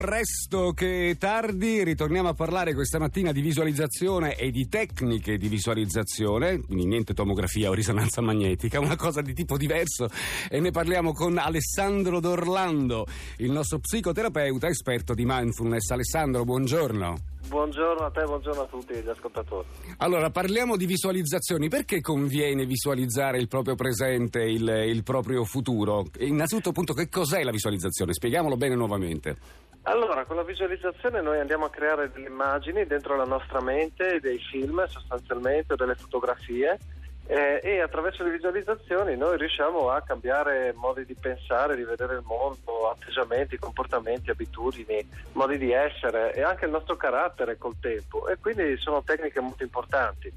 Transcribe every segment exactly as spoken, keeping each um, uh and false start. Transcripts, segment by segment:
Presto che tardi, ritorniamo a parlare questa mattina di visualizzazione e di tecniche di visualizzazione, quindi niente tomografia o risonanza magnetica, una cosa di tipo diverso, e ne parliamo con Alessandro D'Orlando, il nostro psicoterapeuta esperto di mindfulness. Alessandro, buongiorno. Buongiorno a te, buongiorno a tutti gli ascoltatori. Allora, parliamo di visualizzazioni. Perché conviene visualizzare il proprio presente, il, il proprio futuro? Innanzitutto, appunto, che cos'è la visualizzazione? Spieghiamolo bene nuovamente. Allora, con la visualizzazione noi andiamo a creare delle immagini dentro la nostra mente, dei film sostanzialmente, o delle fotografie, eh, e attraverso le visualizzazioni noi riusciamo a cambiare modi di pensare, di vedere il mondo, atteggiamenti, comportamenti, abitudini, modi di essere e anche il nostro carattere col tempo, e quindi sono tecniche molto importanti.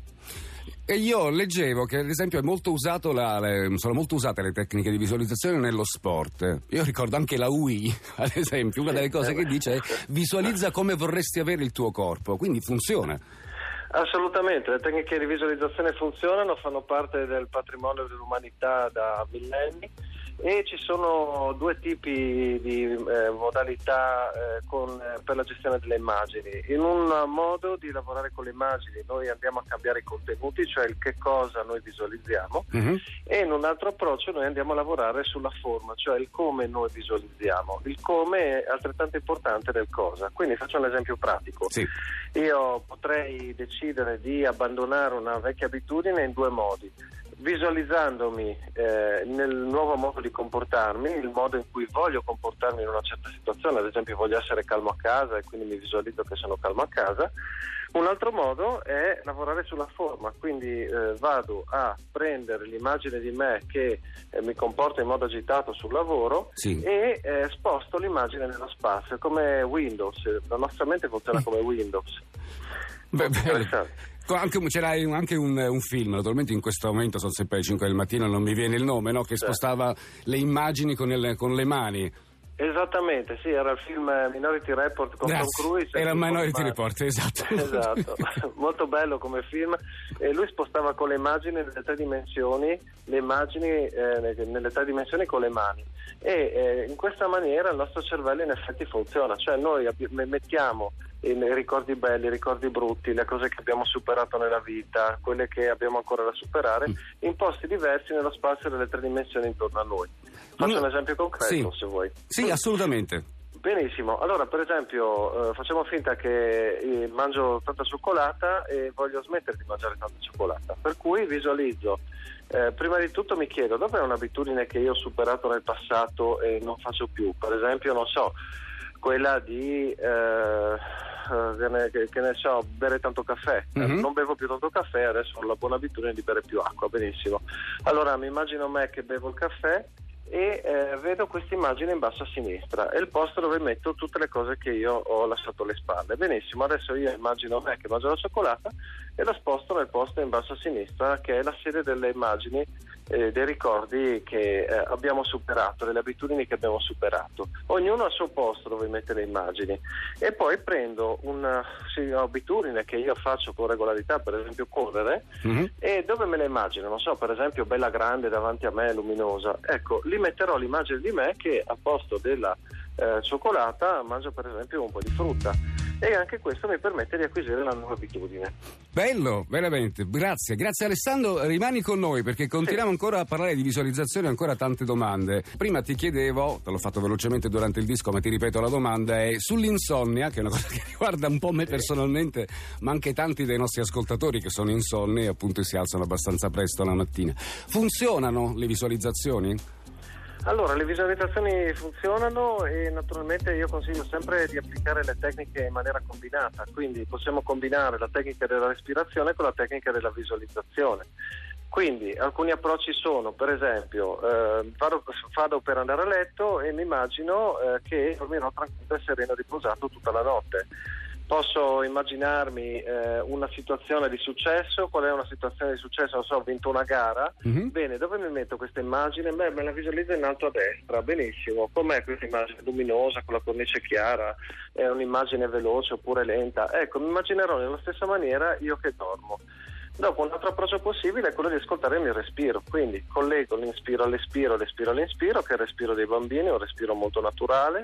E io leggevo che ad esempio è molto usato la, le, sono molto usate le tecniche di visualizzazione nello sport. Io ricordo anche la Wii, ad esempio, una delle cose che dice è visualizza come vorresti avere il tuo corpo, quindi funziona. Assolutamente, le tecniche di visualizzazione funzionano, fanno parte del patrimonio dell'umanità da millenni, e ci sono due tipi di eh, modalità eh, con, eh, per la gestione delle immagini. In un modo di lavorare con le immagini noi andiamo a cambiare i contenuti, cioè il che cosa noi visualizziamo, mm-hmm. e in un altro approccio noi andiamo a lavorare sulla forma, cioè il come noi visualizziamo. Il come è altrettanto importante del cosa. Quindi faccio un esempio pratico. Sì. Io potrei decidere di abbandonare una vecchia abitudine in due modi: visualizzandomi eh, nel nuovo modo di comportarmi, il modo in cui voglio comportarmi in una certa situazione, ad esempio voglio essere calmo a casa e quindi mi visualizzo che sono calmo a casa. Un altro modo è lavorare sulla forma, quindi eh, vado a prendere l'immagine di me che eh, mi comporta in modo agitato sul lavoro, sì. e eh, sposto l'immagine nello spazio, come Windows. La nostra mente funziona come Windows. Beh, Anche, c'era anche un, un film, naturalmente in questo momento sono sempre le cinque del mattino, non mi viene il nome, no? Che spostava le immagini con, il, con le mani. Esattamente, sì, era il film Minority Report con Grazie. Tom Cruise. Era Minority Report, esatto. Esatto, molto bello come film, e lui spostava con le immagini nelle tre dimensioni, le immagini eh, nelle tre dimensioni con le mani, e eh, in questa maniera il nostro cervello in effetti funziona, cioè noi abbi- mettiamo i ricordi belli, i ricordi brutti, le cose che abbiamo superato nella vita, quelle che abbiamo ancora da superare, in posti diversi nello spazio delle tre dimensioni intorno a noi. Faccio un esempio concreto, sì. se vuoi. Sì, assolutamente. Benissimo, allora per esempio eh, facciamo finta che eh, mangio tanta cioccolata e voglio smettere di mangiare tanta cioccolata, per cui visualizzo, eh, prima di tutto mi chiedo dov'è un'abitudine che io ho superato nel passato e non faccio più, per esempio non so, quella di eh, che, ne, che, che ne so, bere tanto caffè. Mm-hmm. Non bevo più tanto caffè, adesso ho la buona abitudine di bere più acqua. Benissimo, allora mi immagino me che bevo il caffè e eh, vedo questa immagine in basso a sinistra, è il posto dove metto tutte le cose che io ho lasciato alle spalle. Benissimo, adesso io immagino me che mangio la cioccolata e la sposto nel posto in basso a sinistra, che è la sede delle immagini, eh, dei ricordi che eh, abbiamo superato, delle abitudini che abbiamo superato. Ognuno ha il suo posto dove mette le immagini, e poi prendo una sì, abitudine che io faccio con regolarità, per esempio correre, mm-hmm. e dove me la immagino, non so, per esempio bella grande davanti a me, luminosa, ecco, lì metterò l'immagine di me che al posto della eh, cioccolata mangio per esempio un po' di frutta, e anche questo mi permette di acquisire una nuova abitudine. Bello, veramente, grazie, grazie Alessandro, rimani con noi perché continuiamo sì. ancora a parlare di visualizzazione, ancora tante domande. Prima ti chiedevo, te l'ho fatto velocemente durante il disco ma ti ripeto la domanda, è sull'insonnia, che è una cosa che riguarda un po' me sì. personalmente, ma anche tanti dei nostri ascoltatori che sono insonni e appunto si alzano abbastanza presto la mattina. Funzionano le visualizzazioni? Allora, le visualizzazioni funzionano e naturalmente io consiglio sempre di applicare le tecniche in maniera combinata, quindi possiamo combinare la tecnica della respirazione con la tecnica della visualizzazione. Quindi alcuni approcci sono, per esempio, eh, vado, vado per andare a letto e mi immagino eh, che dormirò tranquillo e sereno e riposato tutta la notte. Posso immaginarmi eh, una situazione di successo. Qual è una situazione di successo? Non so, ho vinto una gara. Mm-hmm. Bene, dove mi metto questa immagine? Beh, me la visualizzo in alto a destra. Benissimo. Com'è questa immagine? Luminosa, con la cornice chiara? È un'immagine veloce oppure lenta? Ecco, mi immaginerò nella stessa maniera io che dormo. Dopo un altro approccio possibile è quello di ascoltare il mio respiro, quindi collego l'inspiro all'espiro, l'espiro all'inspiro, che è il respiro dei bambini, un respiro molto naturale.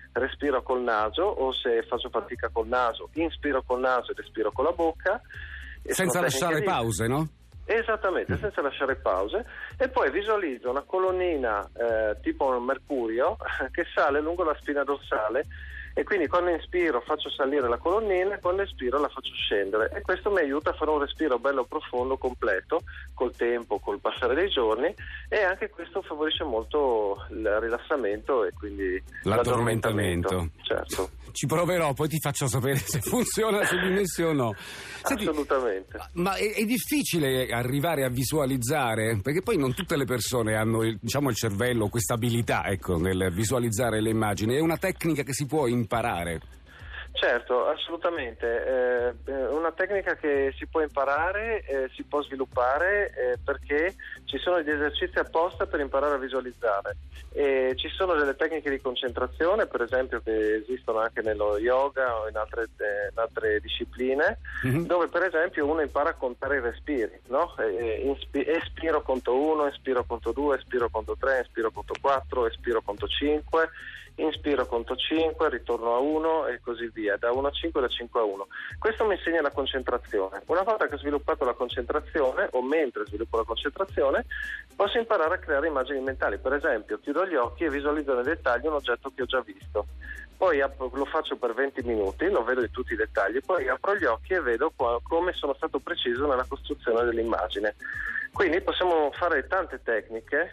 respiro col naso, o se faccio fatica col naso, inspiro col naso ed espiro con la bocca. Senza lasciare pause, no? Esattamente, senza lasciare pause, e poi visualizzo una colonnina eh, tipo un mercurio che sale lungo la spina dorsale, e quindi quando inspiro faccio salire la colonnina e quando espiro la faccio scendere, e questo mi aiuta a fare un respiro bello profondo, completo, col tempo, col passare dei giorni, e anche questo favorisce molto il rilassamento e quindi l'addormentamento. l'addormentamento. Certo. Ci proverò, poi ti faccio sapere se funziona su di me sì o no. Senti, assolutamente. Ma è, è difficile arrivare a visualizzare, perché poi non tutte le persone hanno il, diciamo, il cervello, questa abilità, ecco, nel visualizzare le immagini. È una tecnica che si può imparare. Certo, assolutamente. È eh, una tecnica che si può imparare, eh, si può sviluppare, eh, perché ci sono degli esercizi apposta per imparare a visualizzare. E ci sono delle tecniche di concentrazione, per esempio, che esistono anche nello yoga o in altre, eh, in altre discipline, mm-hmm. dove per esempio uno impara a contare i respiri, no? E, inspi- espiro conto uno, espiro conto due, espiro conto tre, espiro conto quattro, espiro conto cinque, inspiro conto cinque, ritorno a uno e così via, da uno a cinque, da cinque a uno. Questo mi insegna la concentrazione. Una volta che ho sviluppato la concentrazione, o mentre sviluppo la concentrazione, posso imparare a creare immagini mentali. Per esempio, chiudo gli occhi e visualizzo nel dettaglio un oggetto che ho già visto. Poi apro, lo faccio per venti minuti, lo vedo in tutti i dettagli, poi apro gli occhi e vedo qua, come sono stato preciso nella costruzione dell'immagine. Quindi possiamo fare tante tecniche,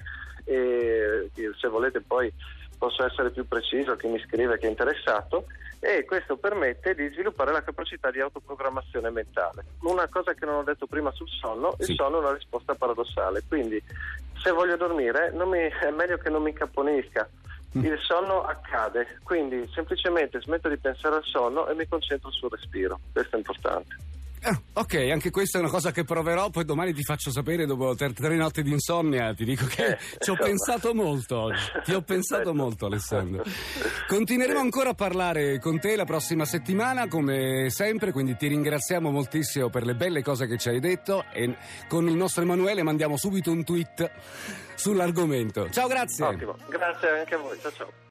e se volete poi posso essere più preciso, chi mi scrive che è interessato, e questo permette di sviluppare la capacità di autoprogrammazione mentale. Una cosa che non ho detto prima sul sonno, sì. Il sonno è una risposta paradossale, quindi se voglio dormire non mi, è meglio che non mi incapponisca. Il sonno accade, quindi semplicemente smetto di pensare al sonno e mi concentro sul respiro. Questo è importante. Ah, ok, anche questa è una cosa che proverò, poi domani ti faccio sapere, dopo tre, tre notti di insonnia ti dico che eh, ci ho insomma. pensato molto oggi, ti ho pensato molto, Alessandro. Continueremo ancora a parlare con te la prossima settimana come sempre, quindi ti ringraziamo moltissimo per le belle cose che ci hai detto, e con il nostro Emanuele mandiamo subito un tweet sull'argomento. Ciao, grazie. Ottimo, grazie anche a voi, ciao ciao.